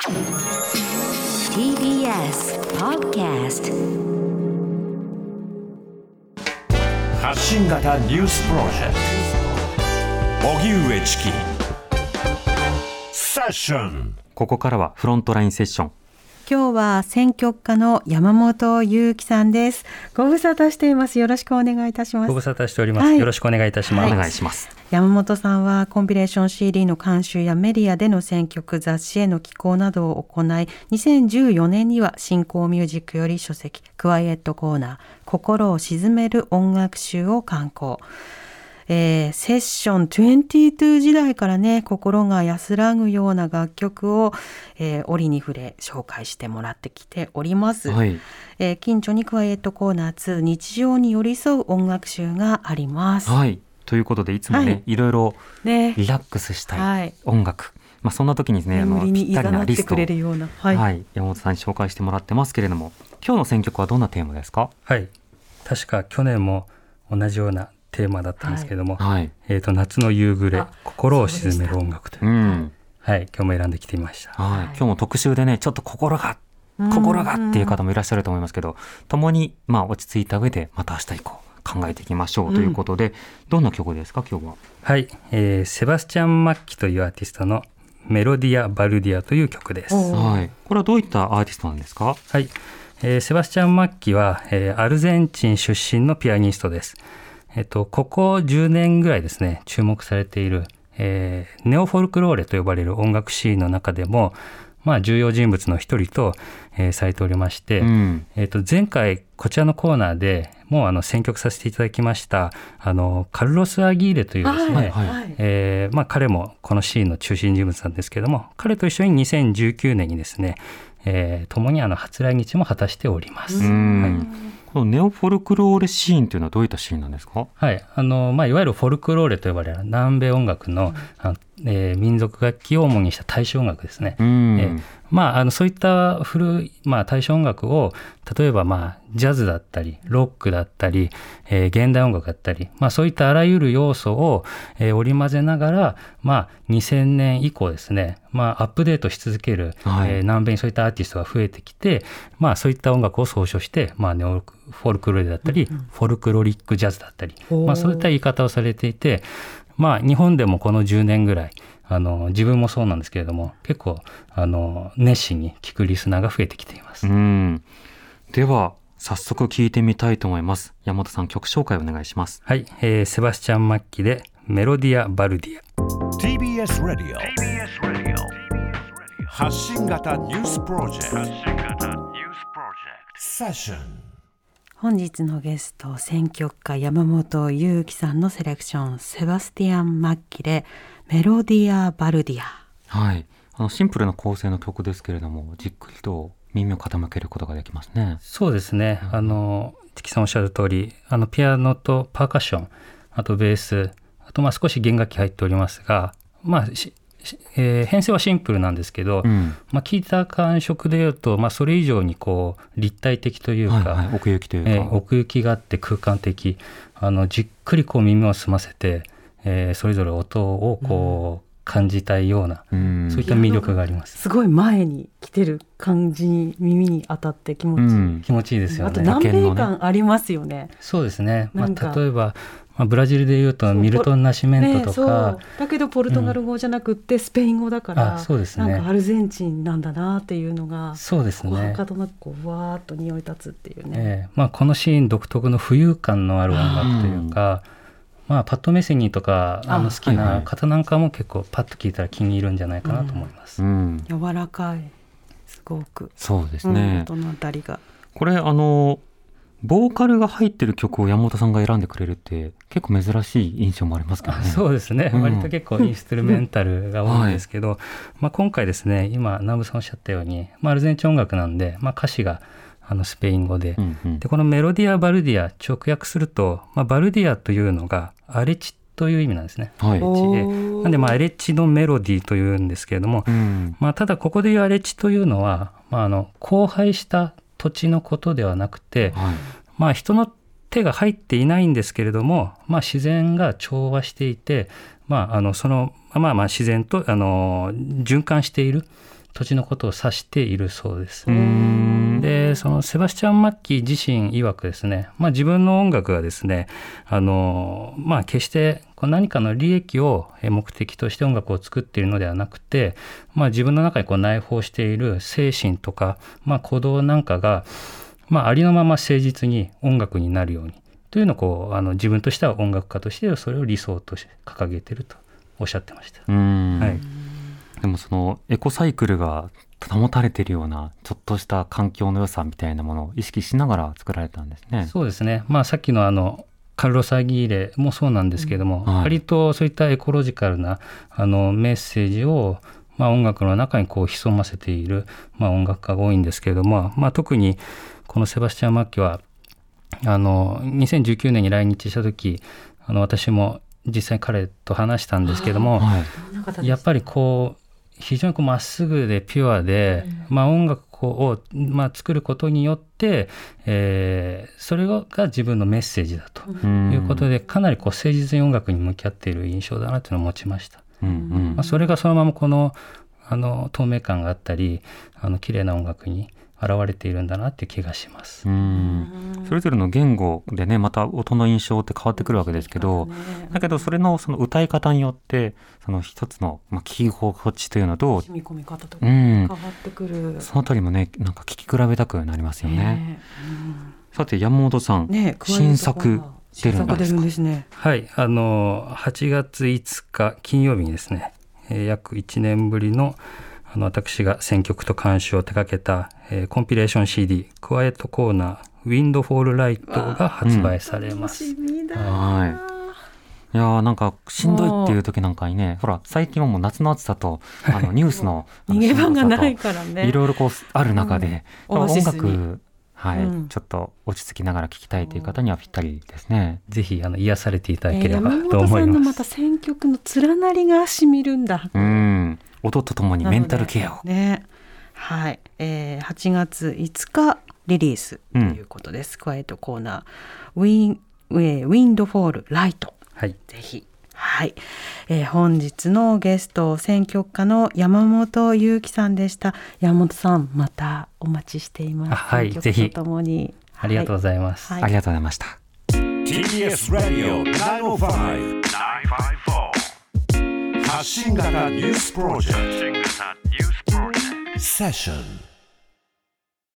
TBS Podcast 発信型ニュースプロジェクト荻上チキセッション。 ここからはフロントラインセッション。 今日は選曲家の山本裕樹さんです。ご無沙汰しています。よろしくお願いいたします。 ご無沙汰しております、 はい、 よろしくお願いいたします、 お願いします。 山本さんはコンピレーション CD の監修やメディアでの選曲、雑誌への寄稿などを行い、2014年には新興ミュージックより書籍クワイエットコーナー心を鎮める音楽集を刊行。セッション22時代からね、心が安らぐような楽曲を、折に触れ紹介してもらってきております、 はい。 近所にクワイエットコーナー2日常に寄り添う音楽集があります。 はい。ということでいつもね、 はい、 いろいろね、 リラックスしたはいい音楽、そんな時にですね、 眠りにぴったりなリストを、 誘ってくれるような、 はい山本さんに紹介してもらってますけれども、今日の選曲はどんなテーマですか？ はい、確か去年も同じようなテーマだったんですけども、 はい夏の夕暮れ心を鎮める音楽という、はい、今日も選んできてみました。 はい、今日も特集でね、ちょっと心がっていう方もいらっしゃると思いますけど、共に落ち着いた上でまた明日以降考えていきましょうということで、どんな曲ですか今日は？はい、 セバスチャン・マッキというアーティストのメロディア・バルディアという曲です。 はい、これはどういったアーティストなんですか？ はい、セバスチャン・マッキは、アルゼンチン出身のピアニストです。ここ10年ぐらいですね、注目されている、ネオフォルクローレと呼ばれる音楽シーンの中でも、重要人物の一人と、されておりまして、前回こちらのコーナーでもう選曲させていただきましたカルロス・アギーレというですね、彼もこのシーンの中心人物なんですけども、彼と一緒に2019年にですね、共に初来日も果たしております。 このネオフォルクローレシーンというのはどういったシーンなんですか？ はい、いわゆるフォルクローレと呼ばれる南米音楽の、民族楽器を主にした大衆音楽ですね。そういった古い、大衆音楽を例えばジャズだったりロックだったり、現代音楽だったり、そういったあらゆる要素を、織り交ぜながら、2000年以降ですね、アップデートし続ける、南米にそういったアーティストが増えてきて、そういった音楽を総称して、ネオフォルクローレだったり、フォルクロリックジャズだったり、そういった言い方をされていて、日本でもこの10年ぐらい自分もそうなんですけれども、結構熱心に聴くリスナーが増えてきています。 では早速聞いてみたいと思います。山本さん、曲紹介お願いします。 はい、セバスチャン・マッキでメロディア・バルディア。 TBS ラディオ発信型ニュースプロジェクトセッション。 本日のゲスト、選曲家山本裕樹さんのセレクション、セバスティアン・マッキでメロディア・バルディア。 はい、シンプルな構成の曲ですけれども、じっくりと耳を傾けることができますね。 そうですね、チキさんおっしゃる通り、ピアノとパーカッション、あとベース、あと少し弦楽器入っておりますが、編成はシンプルなんですけど、聞いた感触でいうと、それ以上に立体的というか、 奥行きというか、 奥行きがあって空間的、じっくり耳を澄ませて、それぞれ音を感じたいような、そういった魅力があります。 すごい前に来てる感じに耳に当たって気持ちいい、 気持ちいいですよね。 あと南米感ありますよね。 そうですね、例えばブラジルでいうとミルトン・ナシメントとか、 だけどポルトガル語じゃなくってスペイン語だから、 そうですね、 なんかアルゼンチンなんだなっていうのが、 そうですね、 かとなくわーっと匂い立つっていうね、 このシーン独特の浮遊感のある音楽というか、パッド・メセニーとか好きな方なんかも結構パッと聴いたら気に入るんじゃないかなと思います。 柔らかい、すごく。 そうですね、 どのあたりがこれボーカルが入ってる曲を山本さんが選んでくれるって結構珍しい印象もありますけどね。 そうですね、割と結構インストゥルメンタルが多いんですけど、今回ですね、今南部さんおっしゃったように、アルゼンチン音楽なんで、歌詞がスペイン語で、でこのメロディア・バルディア直訳すると、バルディアというのがアレチという意味なんですね。なんでアレチのメロディーというんですけれども、ただここでいうアレチというのは、荒廃した土地のことではなくて、人の手が入っていないんですけれども、自然が調和していて、その自然と循環している土地のことを指しているそうです。でそのセバスチャン・マッキー自身曰くですね、自分の音楽がですね決して何かの利益を目的として音楽を作っているのではなくて、自分の中に内包している精神とか、鼓動なんかが、ありのまま誠実に音楽になるようにというのを自分としては音楽家としてそれを理想として掲げているとおっしゃってました。 でもそのエコサイクルが保たれているようなちょっとした環境の良さみたいなものを意識しながら作られたんですね。 そうですね、さっきのカルロス・アギーレもそうなんですけれども、割とそういったエコロジカルなメッセージを、音楽の中に潜ませている、音楽家が多いんですけれども、特にこのセバスチャン・マッキは2019年に来日した時私も実際に彼と話したんですけども、やっぱり非常にまっすぐでピュアで、音楽を作ることによって、それが自分のメッセージだということで、かなり誠実に音楽に向き合っている印象だなというのを持ちました。それがそのまま透明感があったり綺麗な音楽に現れているんだなっていう気がします。 それぞれの言語でねまた音の印象って変わってくるわけですけど、だけどそれのその歌い方によってその一つの聞き心地というのと染み込み方とか変わってくる、 そのあたりもねなんか聞き比べたくなりますよね。さて山本さん、新作出るんですね。 はい、8月5日金曜日にですね、約1年ぶりの私が選曲と監修を手掛けた、コンピレーション CD クワイエットコーナーウィンドフォールライトが発売されます。 いやなんかしんどいっていう時なんかにね、ほら最近はもう夏の暑さとニュースの逃げ場がないからね、 いろいろある中で、音楽ちょっと落ち着きながら聴きたいという方にはぴったりですね。 ぜひ癒されていただければと思います。山本さんのまた選曲の連なりがしみるんだ。 音とともにメンタルケアを、 はい、8月5日リリースということです。クワイエットコーナーウィンドフォールライト、ぜひ。本日のゲスト選曲家の山本裕貴さんでした。山本さんまたお待ちしています。 ぜひとともにありがとうございます。 ありがとうございました。 TBS Radio 905-954発信型ニュースプロジェクトセッション